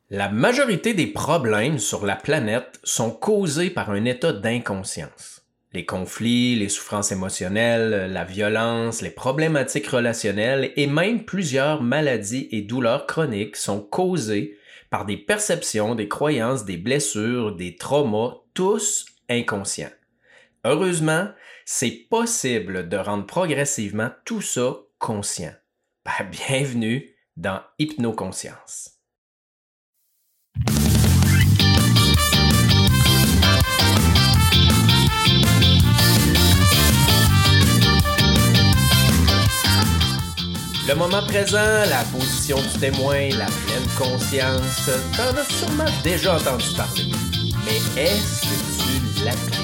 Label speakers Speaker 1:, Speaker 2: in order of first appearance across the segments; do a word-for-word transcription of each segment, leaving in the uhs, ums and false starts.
Speaker 1: La majorité des problèmes sur la planète sont causés par un état d'inconscience. Les conflits, les souffrances émotionnelles, la violence, les problématiques relationnelles et même plusieurs maladies et douleurs chroniques sont causés par des perceptions, des croyances, des blessures, des traumas, tous inconscients. Heureusement, c'est possible de rendre progressivement tout ça conscient. Ben, bienvenue dans Hypnoconscience. Le moment présent, la position du témoin, la pleine conscience, t'en as sûrement déjà entendu parler. Mais est-ce que tu l'appliques?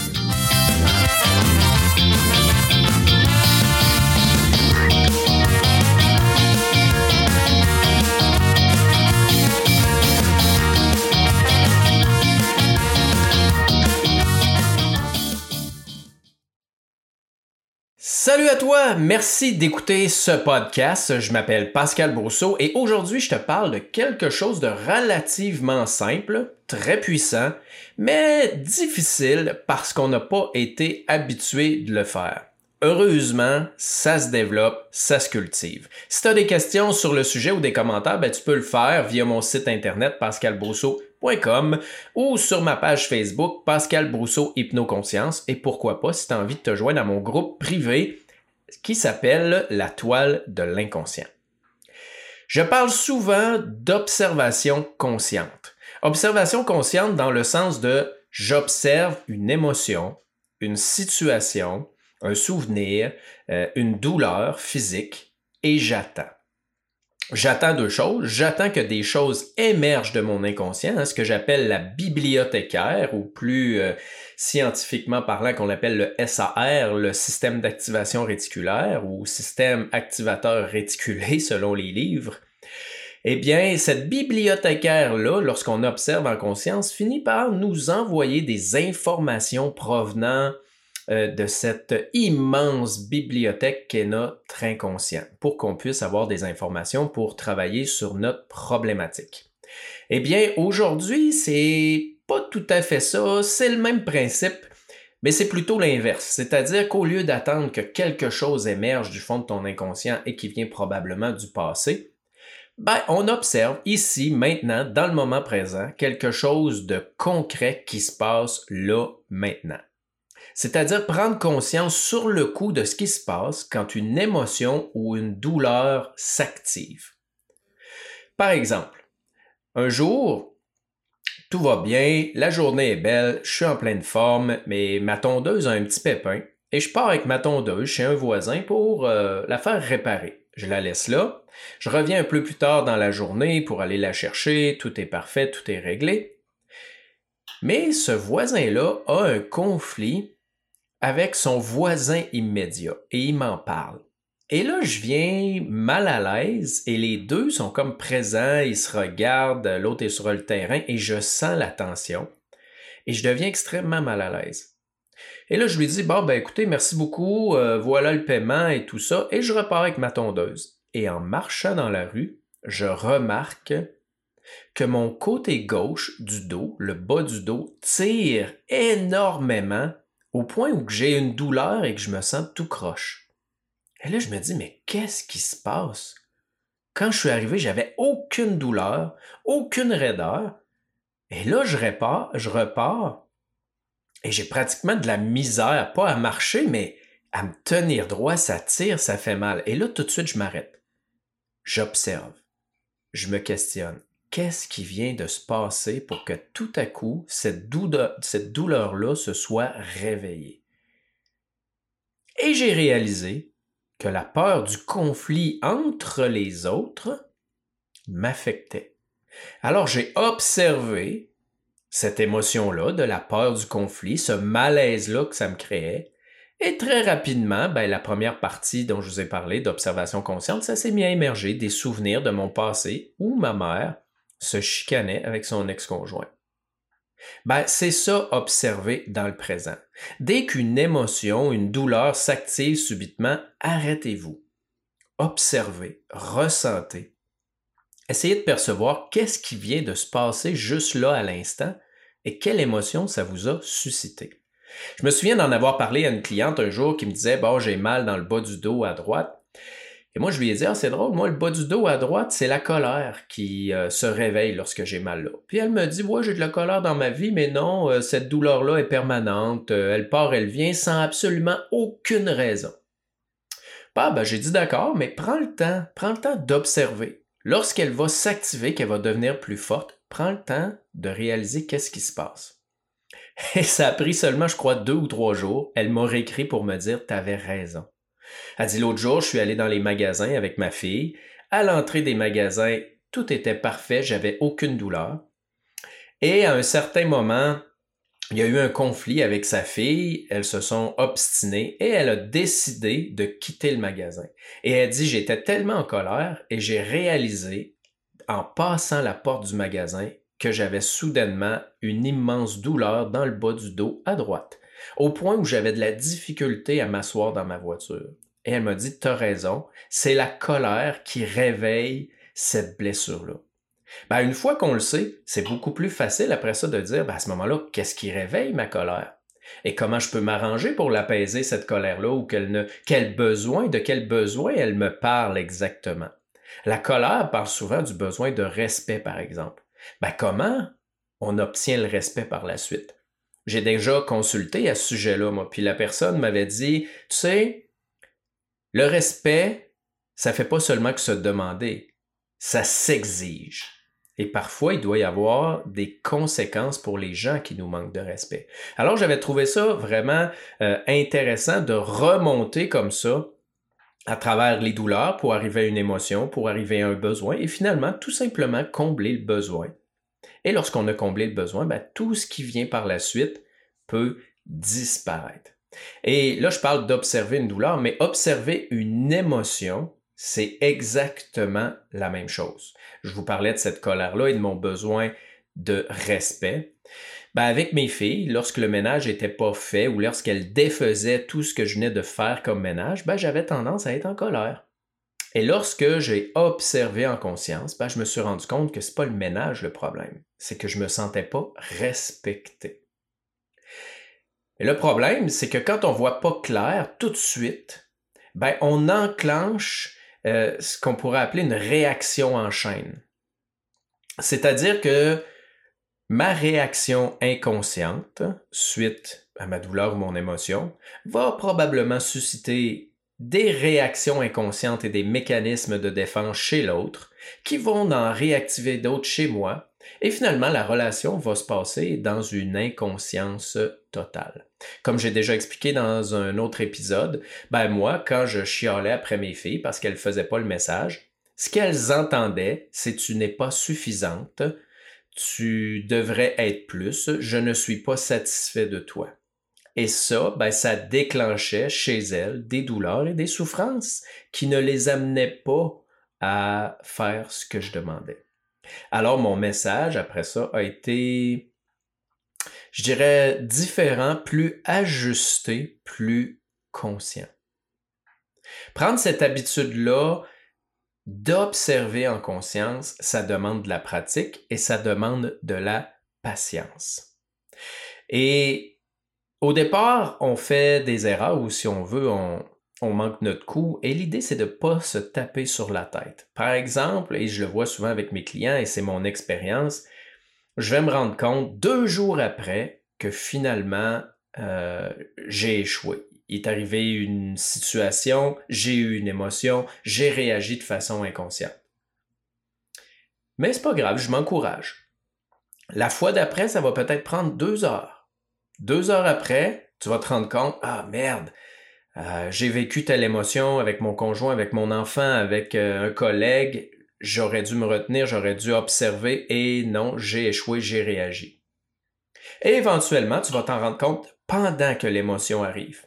Speaker 1: Salut à toi, merci d'écouter ce podcast. Je m'appelle Pascal Brousseau et aujourd'hui je te parle de quelque chose de relativement simple, très puissant, mais difficile parce qu'on n'a pas été habitué de le faire. Heureusement, ça se développe, ça se cultive. Si tu as des questions sur le sujet ou des commentaires, ben, tu peux le faire via mon site internet pascal brousseau point com ou sur ma page Facebook Pascal Brousseau Hypnoconscience et pourquoi pas si tu as envie de te joindre à mon groupe privé qui s'appelle La Toile de l'Inconscient. Je parle souvent d'observation consciente. Observation consciente dans le sens de j'observe une émotion, une situation, un souvenir, euh, une douleur physique et j'attends. J'attends deux choses. J'attends que des choses émergent de mon inconscient, hein, ce que j'appelle la bibliothécaire, ou plus euh, scientifiquement parlant qu'on appelle le S A R, le système d'activation réticulaire, ou système activateur réticulé selon les livres. Eh bien, cette bibliothécaire-là, lorsqu'on observe en conscience, finit par nous envoyer des informations provenant de cette immense bibliothèque qu'est notre inconscient pour qu'on puisse avoir des informations pour travailler sur notre problématique. Eh bien, aujourd'hui, c'est pas tout à fait ça, c'est le même principe, mais c'est plutôt l'inverse. C'est-à-dire qu'au lieu d'attendre que quelque chose émerge du fond de ton inconscient et qui vient probablement du passé, ben, on observe ici, maintenant, dans le moment présent, quelque chose de concret qui se passe là, maintenant. C'est-à-dire prendre conscience sur le coup de ce qui se passe quand une émotion ou une douleur s'active. Par exemple, un jour, tout va bien, la journée est belle, je suis en pleine forme, mais ma tondeuse a un petit pépin et je pars avec ma tondeuse chez un voisin pour euh, la faire réparer. Je la laisse là, je reviens un peu plus tard dans la journée pour aller la chercher, tout est parfait, tout est réglé. Mais ce voisin-là a un conflit avec son voisin immédiat et il m'en parle. Et là, je viens mal à l'aise et les deux sont comme présents, ils se regardent, l'autre est sur le terrain et je sens la tension et je deviens extrêmement mal à l'aise. Et là, je lui dis, bon, ben écoutez, merci beaucoup, euh, voilà le paiement et tout ça, et je repars avec ma tondeuse. Et en marchant dans la rue, je remarque que mon côté gauche du dos, le bas du dos, tire énormément au point où j'ai une douleur et que je me sens tout croche. Et là, je me dis, mais qu'est-ce qui se passe? Quand je suis arrivé, j'avais aucune douleur, aucune raideur. Et là, je repars, je repars et j'ai pratiquement de la misère, pas à marcher, mais à me tenir droit, ça tire, ça fait mal. Et là, tout de suite, je m'arrête. J'observe. Je me questionne. Qu'est-ce qui vient de se passer pour que tout à coup, cette douleur, cette douleur-là se soit réveillée? Et j'ai réalisé que la peur du conflit entre les autres m'affectait. Alors j'ai observé cette émotion-là de la peur du conflit, ce malaise-là que ça me créait, et très rapidement, ben, la première partie dont je vous ai parlé d'observation consciente, ça s'est mis à émerger des souvenirs de mon passé où ma mère se chicanait avec son ex-conjoint. Ben, c'est ça, observer dans le présent. Dès qu'une émotion, une douleur s'active subitement, arrêtez-vous. Observez, ressentez essayez de percevoir qu'est-ce qui vient de se passer juste là à l'instant et quelle émotion ça vous a suscité. Je me souviens d'en avoir parlé à une cliente un jour qui me disait « Bon, j'ai mal dans le bas du dos à droite. » Et moi, je lui ai dit « Ah, c'est drôle, moi, le bas du dos à droite, c'est la colère qui euh, se réveille lorsque j'ai mal là. » Puis elle me dit « Ouais, j'ai de la colère dans ma vie, mais non, euh, cette douleur-là est permanente, euh, elle part, elle vient sans absolument aucune raison. » Bah, ben, j'ai dit « D'accord, mais prends le temps, prends le temps d'observer. Lorsqu'elle va s'activer, qu'elle va devenir plus forte, prends le temps de réaliser qu'est-ce qui se passe. » Et ça a pris seulement, je crois, deux ou trois jours. Elle m'a réécrit pour me dire « T'avais raison. » Elle dit « L'autre jour, je suis allé dans les magasins avec ma fille. À l'entrée des magasins, tout était parfait, j'avais aucune douleur. Et à un certain moment, il y a eu un conflit avec sa fille, elles se sont obstinées et elle a décidé de quitter le magasin. Et elle dit « J'étais tellement en colère et j'ai réalisé, en passant la porte du magasin, que j'avais soudainement une immense douleur dans le bas du dos à droite, au point où j'avais de la difficulté à m'asseoir dans ma voiture. » Et elle m'a dit « T'as raison, c'est la colère qui réveille cette blessure-là. » Ben, une fois qu'on le sait, c'est beaucoup plus facile après ça de dire ben, à ce moment-là, qu'est-ce qui réveille ma colère? Et comment je peux m'arranger pour l'apaiser, cette colère-là, ou quel, ne, quel besoin, de quel besoin elle me parle exactement? La colère parle souvent du besoin de respect, par exemple. Ben, comment on obtient le respect par la suite? J'ai déjà consulté à ce sujet-là, moi, puis la personne m'avait dit, tu sais, le respect, ça fait pas seulement que se demander, ça s'exige. Et parfois, il doit y avoir des conséquences pour les gens qui nous manquent de respect. Alors, j'avais trouvé ça vraiment euh, intéressant de remonter comme ça à travers les douleurs pour arriver à une émotion, pour arriver à un besoin et finalement, tout simplement combler le besoin. Et lorsqu'on a comblé le besoin, ben, tout ce qui vient par la suite peut disparaître. Et là, je parle d'observer une douleur, mais observer une émotion, c'est exactement la même chose. Je vous parlais de cette colère-là et de mon besoin de respect. Ben, avec mes filles, lorsque le ménage n'était pas fait ou lorsqu'elles défaisaient tout ce que je venais de faire comme ménage, ben, j'avais tendance à être en colère. Et lorsque j'ai observé en conscience, ben, je me suis rendu compte que ce n'est pas le ménage le problème, c'est que je ne me sentais pas respecté. Et le problème, c'est que quand on ne voit pas clair tout de suite, ben, on enclenche euh, ce qu'on pourrait appeler une réaction en chaîne. C'est-à-dire que ma réaction inconsciente, suite à ma douleur ou mon émotion, va probablement susciter des réactions inconscientes et des mécanismes de défense chez l'autre qui vont en réactiver d'autres chez moi. Et finalement, la relation va se passer dans une inconscience totale. Comme j'ai déjà expliqué dans un autre épisode, ben moi, quand je chialais après mes filles parce qu'elles ne faisaient pas le message, ce qu'elles entendaient, c'est « tu n'es pas suffisante », tu devrais être plus, je ne suis pas satisfait de toi. Et ça, ben, ça déclenchait chez elles des douleurs et des souffrances qui ne les amenaient pas à faire ce que je demandais. Alors, mon message après ça a été, je dirais, différent, plus ajusté, plus conscient. Prendre cette habitude-là d'observer en conscience, ça demande de la pratique et ça demande de la patience. Et au départ, on fait des erreurs ou si on veut, on, on manque notre coup et l'idée, c'est de ne pas se taper sur la tête. Par exemple, et je le vois souvent avec mes clients et c'est mon expérience, je vais me rendre compte deux jours après que finalement, euh, j'ai échoué. Il est arrivé une situation, j'ai eu une émotion, j'ai réagi de façon inconsciente. Mais c'est pas grave, je m'encourage. La fois d'après, ça va peut-être prendre deux heures. Deux heures après, tu vas te rendre compte, ah merde, euh, j'ai vécu telle émotion avec mon conjoint, avec mon enfant, avec euh, un collègue, j'aurais dû me retenir, j'aurais dû observer et non, j'ai échoué, j'ai réagi. Et éventuellement, tu vas t'en rendre compte pendant que l'émotion arrive.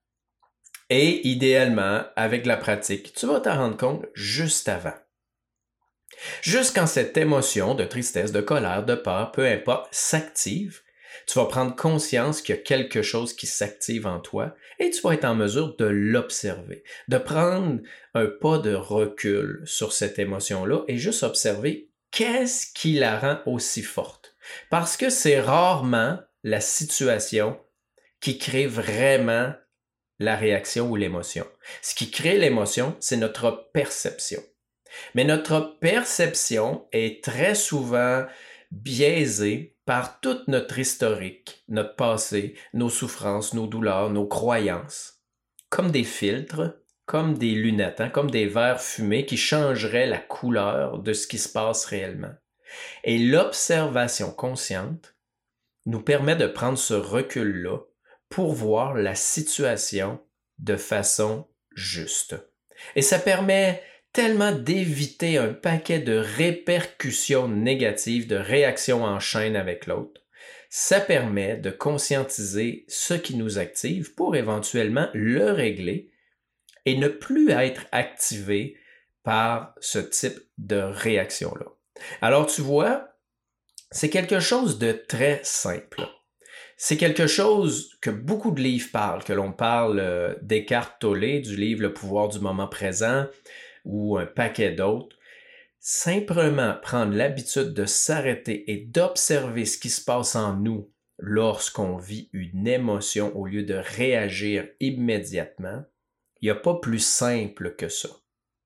Speaker 1: Et idéalement, avec la pratique, tu vas t'en rendre compte juste avant. Juste quand cette émotion de tristesse, de colère, de peur, peu importe, s'active, Tu vas prendre conscience qu'il y a quelque chose qui s'active en toi et tu vas être en mesure de l'observer, de prendre un pas de recul sur cette émotion-là et juste observer qu'est-ce qui la rend aussi forte. Parce que c'est rarement la situation qui crée vraiment la réaction ou l'émotion. Ce qui crée l'émotion, c'est notre perception. Mais notre perception est très souvent biaisée par toute notre historique, notre passé, nos souffrances, nos douleurs, nos croyances, comme des filtres, comme des lunettes, hein, comme des verres fumés qui changeraient la couleur de ce qui se passe réellement. Et l'observation consciente nous permet de prendre ce recul-là pour voir la situation de façon juste. Et ça permet tellement d'éviter un paquet de répercussions négatives, de réactions en chaîne avec l'autre. Ça permet de conscientiser ce qui nous active pour éventuellement le régler et ne plus être activé par ce type de réaction-là. Alors tu vois, c'est quelque chose de très simple. C'est quelque chose que beaucoup de livres parlent, que l'on parle euh, d'Eckhart Tolle, du livre Le pouvoir du moment présent, ou un paquet d'autres. Simplement prendre l'habitude de s'arrêter et d'observer ce qui se passe en nous lorsqu'on vit une émotion au lieu de réagir immédiatement, il n'y a pas plus simple que ça.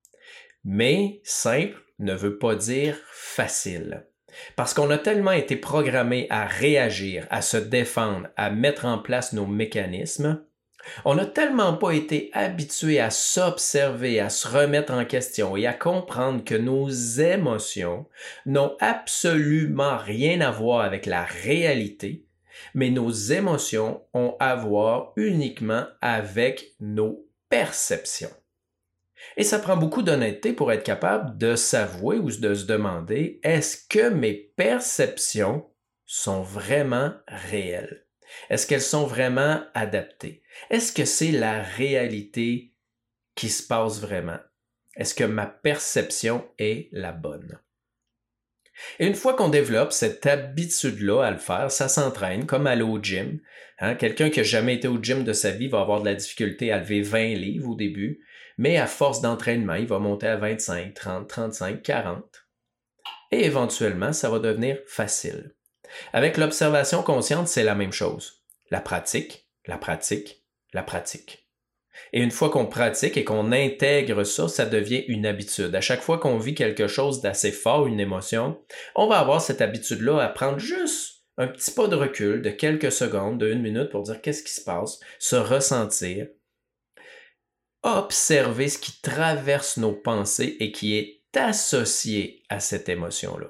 Speaker 1: Mais simple ne veut pas dire facile. Parce qu'on a tellement été programmé à réagir, à se défendre, à mettre en place nos mécanismes, on n'a tellement pas été habitué à s'observer, à se remettre en question et à comprendre que nos émotions n'ont absolument rien à voir avec la réalité, mais nos émotions ont à voir uniquement avec nos perceptions. Et ça prend beaucoup d'honnêteté pour être capable de s'avouer ou de se demander, est-ce que mes perceptions sont vraiment réelles? Est-ce qu'elles sont vraiment adaptées? Est-ce que c'est la réalité qui se passe vraiment? Est-ce que ma perception est la bonne? Et une fois qu'on développe cette habitude-là à le faire, ça s'entraîne comme aller au gym. Hein? Quelqu'un qui n'a jamais été au gym de sa vie va avoir de la difficulté à lever vingt livres au début, mais à force d'entraînement, il va monter à vingt-cinq, trente, trente-cinq, quarante. Et éventuellement, ça va devenir facile. Avec l'observation consciente, c'est la même chose. La pratique, la pratique, la pratique. Et une fois qu'on pratique et qu'on intègre ça, ça devient une habitude. À chaque fois qu'on vit quelque chose d'assez fort, une émotion, on va avoir cette habitude-là à prendre juste un petit pas de recul de quelques secondes, de une minute pour dire qu'est-ce qui se passe, se ressentir, observer ce qui traverse nos pensées et qui est associé à cette émotion-là.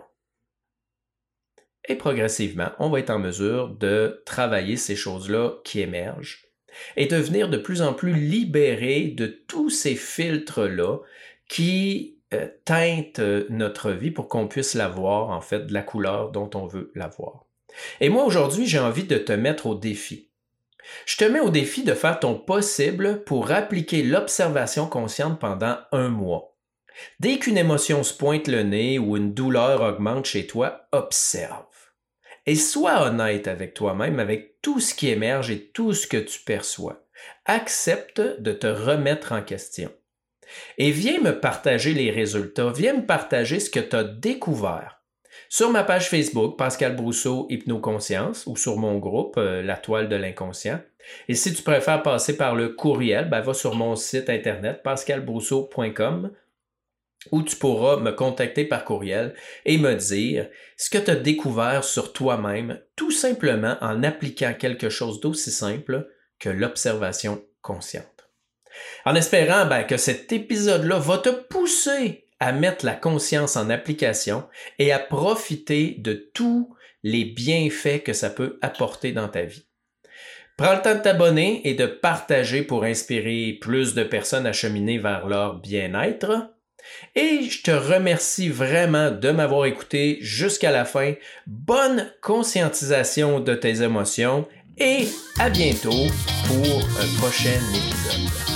Speaker 1: Et progressivement, on va être en mesure de travailler ces choses-là qui émergent et devenir de plus en plus libéré de tous ces filtres-là qui euh, teintent notre vie pour qu'on puisse la voir, en fait, de la couleur dont on veut la voir. Et moi, aujourd'hui, j'ai envie de te mettre au défi. Je te mets au défi de faire ton possible pour appliquer l'observation consciente pendant un mois. Dès qu'une émotion se pointe le nez ou une douleur augmente chez toi, observe. Et sois honnête avec toi-même, avec tout ce qui émerge et tout ce que tu perçois. Accepte de te remettre en question. Et viens me partager les résultats, viens me partager ce que tu as découvert. Sur ma page Facebook, Pascal Brousseau, Hypnoconscience, ou sur mon groupe, euh, La Toile de l'Inconscient. Et si tu préfères passer par le courriel, ben va sur mon site internet, pascal brousseau point com, où tu pourras me contacter par courriel et me dire ce que tu as découvert sur toi-même, tout simplement en appliquant quelque chose d'aussi simple que l'observation consciente. En espérant ben, que cet épisode-là va te pousser à mettre la conscience en application et à profiter de tous les bienfaits que ça peut apporter dans ta vie. Prends le temps de t'abonner et de partager pour inspirer plus de personnes à cheminer vers leur bien-être. Et je te remercie vraiment de m'avoir écouté jusqu'à la fin. Bonne conscientisation de tes émotions et à bientôt pour un prochain épisode.